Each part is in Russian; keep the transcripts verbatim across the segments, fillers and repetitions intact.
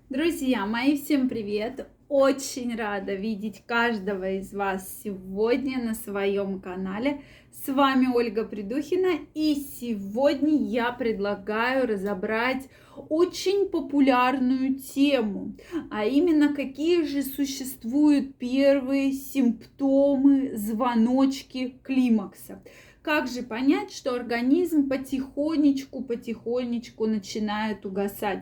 Друзья мои, всем привет! Очень рада видеть каждого из вас сегодня на своем канале. С вами Ольга Придухина, и сегодня я предлагаю разобрать очень популярную тему, а именно какие же существуют первые симптомы, звоночки климакса. Как же понять, что организм потихонечку-потихонечку начинает угасать?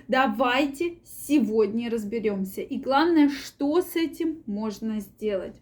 Давайте сегодня разберемся. И главное, что с этим можно сделать.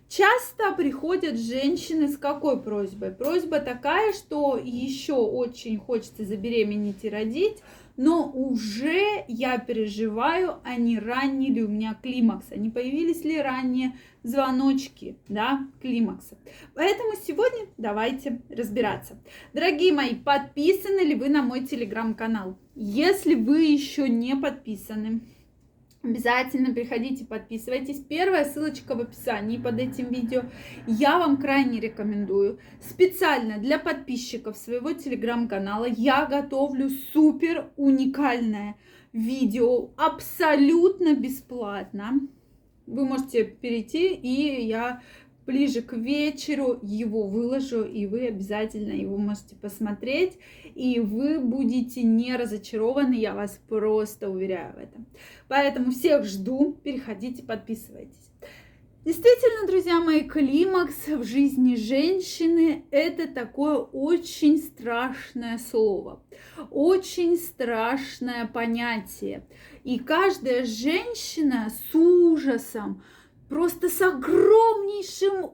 Часто приходят женщины с какой просьбой? Просьба такая, что еще очень хочется забеременеть и родить, но уже я переживаю, а не ранний ли у меня климакс, а не появились ли ранние звоночки, да, климакса. Поэтому сегодня давайте разбираться. Дорогие мои, подписаны ли вы на мой телеграм-канал? Если вы еще не подписаны, обязательно приходите, подписывайтесь. Первая ссылочка в описании под этим видео. Я вам крайне рекомендую. Специально для подписчиков своего телеграм-канала я готовлю супер уникальное видео абсолютно бесплатно. Вы можете перейти, и я ближе к вечеру его выложу, и вы обязательно его можете посмотреть, и вы будете не разочарованы, я вас просто уверяю в этом. Поэтому всех жду, переходите, подписывайтесь. Действительно, друзья мои, климакс в жизни женщины – это такое очень страшное слово, очень страшное понятие. И каждая женщина с ужасом, просто с огромнейшим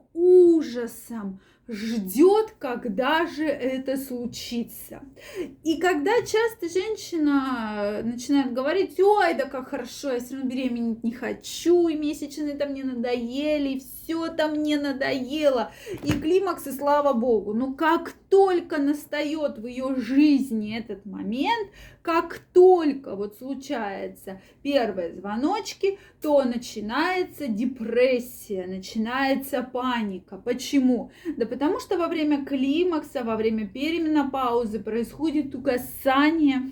ужасом ждет, когда же это случится. И когда часто женщина начинает говорить: ой, да как хорошо, я все равно беременеть не хочу, и месячные там мне надоели, и все там мне надоело, и климакс, и слава богу. Но как только настает в ее жизни этот момент, как только вот случаются первые звоночки, то начинается депрессия, начинается паника. Почему? Да потому что во время климакса, во время перименопаузы происходит угасание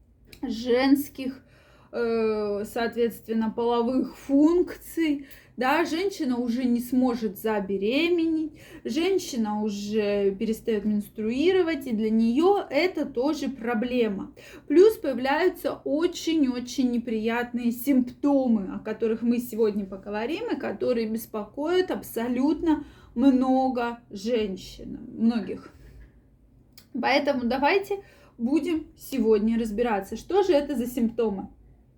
женских, соответственно, половых функций. Да, женщина уже не сможет забеременеть, женщина уже перестает менструировать, и для нее это тоже проблема. Плюс появляются очень-очень неприятные симптомы, о которых мы сегодня поговорим, и которые беспокоят абсолютно много женщин, многих. Поэтому давайте будем сегодня разбираться, что же это за симптомы.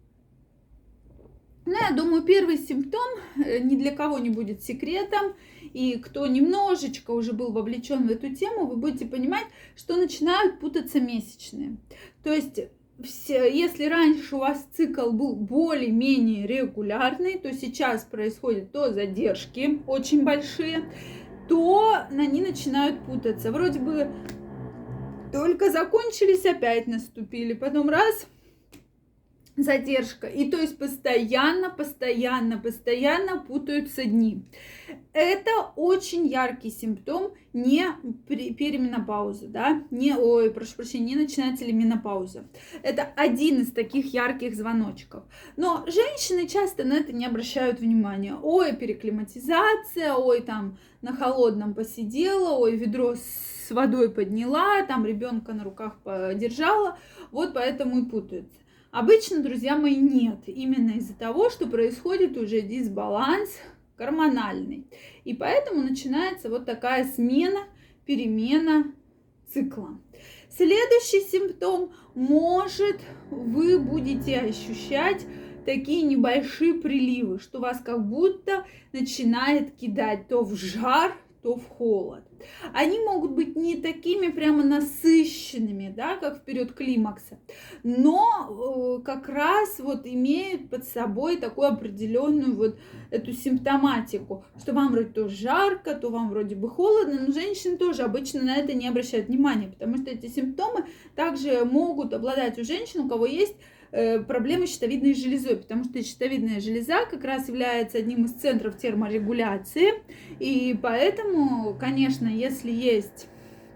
Ну, я думаю, первый симптом ни для кого не будет секретом, и кто немножечко уже был вовлечен в эту тему, вы будете понимать, что начинают путаться месячные. То есть, если раньше у вас цикл был более-менее регулярный, то сейчас происходят то задержки очень большие, то они начинают путаться. Вроде бы только закончились, опять наступили, потом раз – задержка. И то есть постоянно, постоянно, постоянно путаются дни. Это очень яркий симптом не перименопаузы, да, не, ой, прошу прощения, не начинается ли менопауза. Это один из таких ярких звоночков. Но женщины часто на это не обращают внимания. Ой, переклиматизация, ой, там на холодном посидела, ой, ведро с водой подняла, там ребенка на руках подержала, вот поэтому и путаются. Обычно, друзья мои, нет. Именно из-за того, что происходит уже дисбаланс гормональный. И поэтому начинается вот такая смена, перемена цикла. Следующий симптом: может, вы будете ощущать такие небольшие приливы, что вас как будто начинает кидать то в жар, то в холод. Они могут быть не такими прямо насыщенными, да, как в период климакса, но э, как раз вот имеют под собой такую определенную вот эту симптоматику, что вам вроде то жарко, то вам вроде бы холодно, но женщины тоже обычно на это не обращают внимания, потому что эти симптомы также могут обладать у женщин, у кого есть проблемы с щитовидной железой, потому что щитовидная железа как раз является одним из центров терморегуляции, и поэтому, конечно, если есть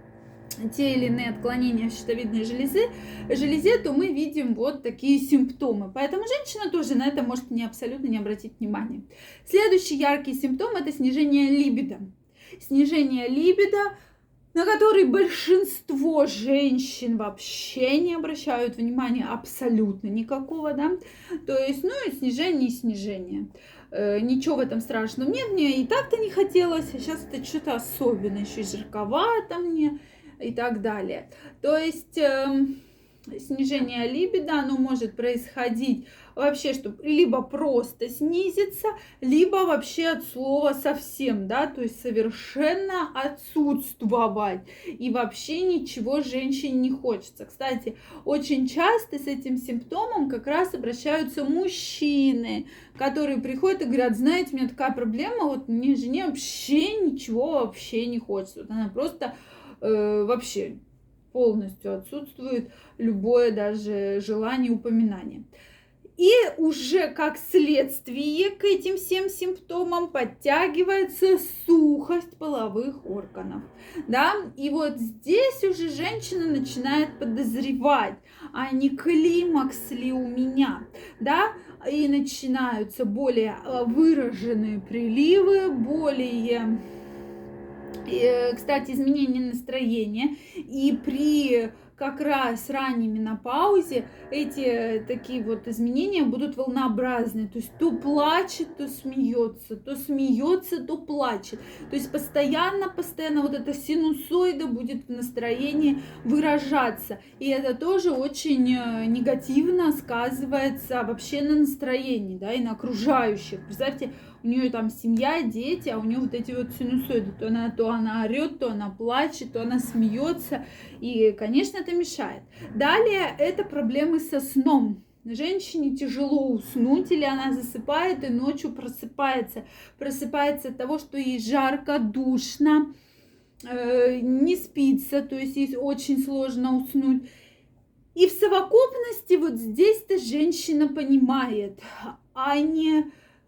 те или иные отклонения в щитовидной железе, железе, то мы видим вот такие симптомы. Поэтому женщина тоже на это может не, абсолютно не обратить внимания. Следующий яркий симптом – это снижение либидо. Снижение либидо, на который большинство женщин вообще не обращают внимания, абсолютно никакого, да, то есть, ну и снижение, и снижение. Э, ничего в этом страшного нет, мне и так-то не хотелось, а сейчас это что-то особенное, еще и жарковато мне и так далее. То есть... Э, снижение либидо, оно может происходить вообще, что либо просто снизится, либо вообще от слова совсем, да, то есть совершенно отсутствовать. И вообще ничего женщине не хочется. Кстати, очень часто с этим симптомом как раз обращаются мужчины, которые приходят и говорят: знаете, у меня такая проблема, вот мне жене вообще ничего вообще не хочется. Вот она просто э, вообще... полностью отсутствует любое даже желание, упоминание. И уже как следствие к этим всем симптомам подтягивается сухость половых органов. Да? И вот здесь уже женщина начинает подозревать, а не климакс ли у меня. Да? И начинаются более выраженные приливы, более... Кстати, изменение настроения, и при как раз ранней менопаузе эти такие вот изменения будут волнообразные, то есть то плачет, то смеется, то смеется, то плачет, то есть постоянно, постоянно вот эта синусоида будет в настроении выражаться, и это тоже очень негативно сказывается вообще на настроении, да, и на окружающих. Представьте, у нее там семья, дети, а у нее вот эти вот синусоиды, то она, то она орет, то она плачет, то она смеется, и, конечно, это мешает. Далее это проблемы со сном. Женщине тяжело уснуть, или она засыпает и ночью просыпается. Просыпается от того, что ей жарко, душно, э, не спится, то есть ей очень сложно уснуть. И в совокупности вот здесь-то женщина понимает, а не...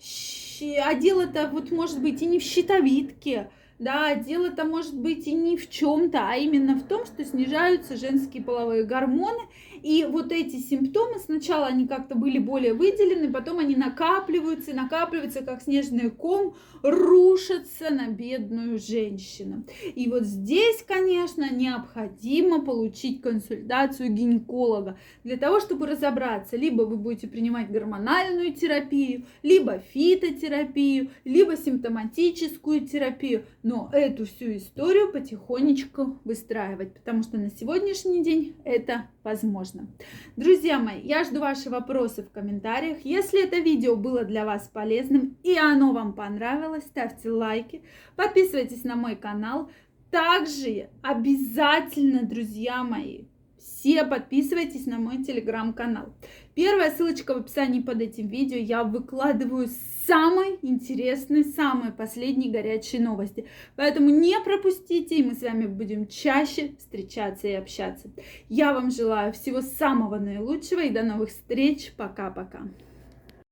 А дело-то вот может быть и не в щитовидке, да, дело-то может быть и не в чем-то, а именно в том, что снижаются женские половые гормоны, и вот эти симптомы сначала они как-то были более выделены, потом они накапливаются и накапливаются, как снежный ком, рушатся на бедную женщину. И вот здесь, конечно, необходимо получить консультацию гинеколога для того, чтобы разобраться, либо вы будете принимать гормональную терапию, либо фитотерапию, либо симптоматическую терапию, но эту всю историю потихонечку выстраивать, потому что на сегодняшний день это возможно. Друзья мои, я жду ваши вопросы в комментариях. Если это видео было для вас полезным и оно вам понравилось, ставьте лайки, подписывайтесь на мой канал. Также обязательно, друзья мои, все подписывайтесь на мой телеграм-канал. Первая ссылочка в описании под этим видео. Я выкладываю самые интересные, самые последние горячие новости. Поэтому не пропустите, и мы с вами будем чаще встречаться и общаться. Я вам желаю всего самого наилучшего и до новых встреч. Пока-пока.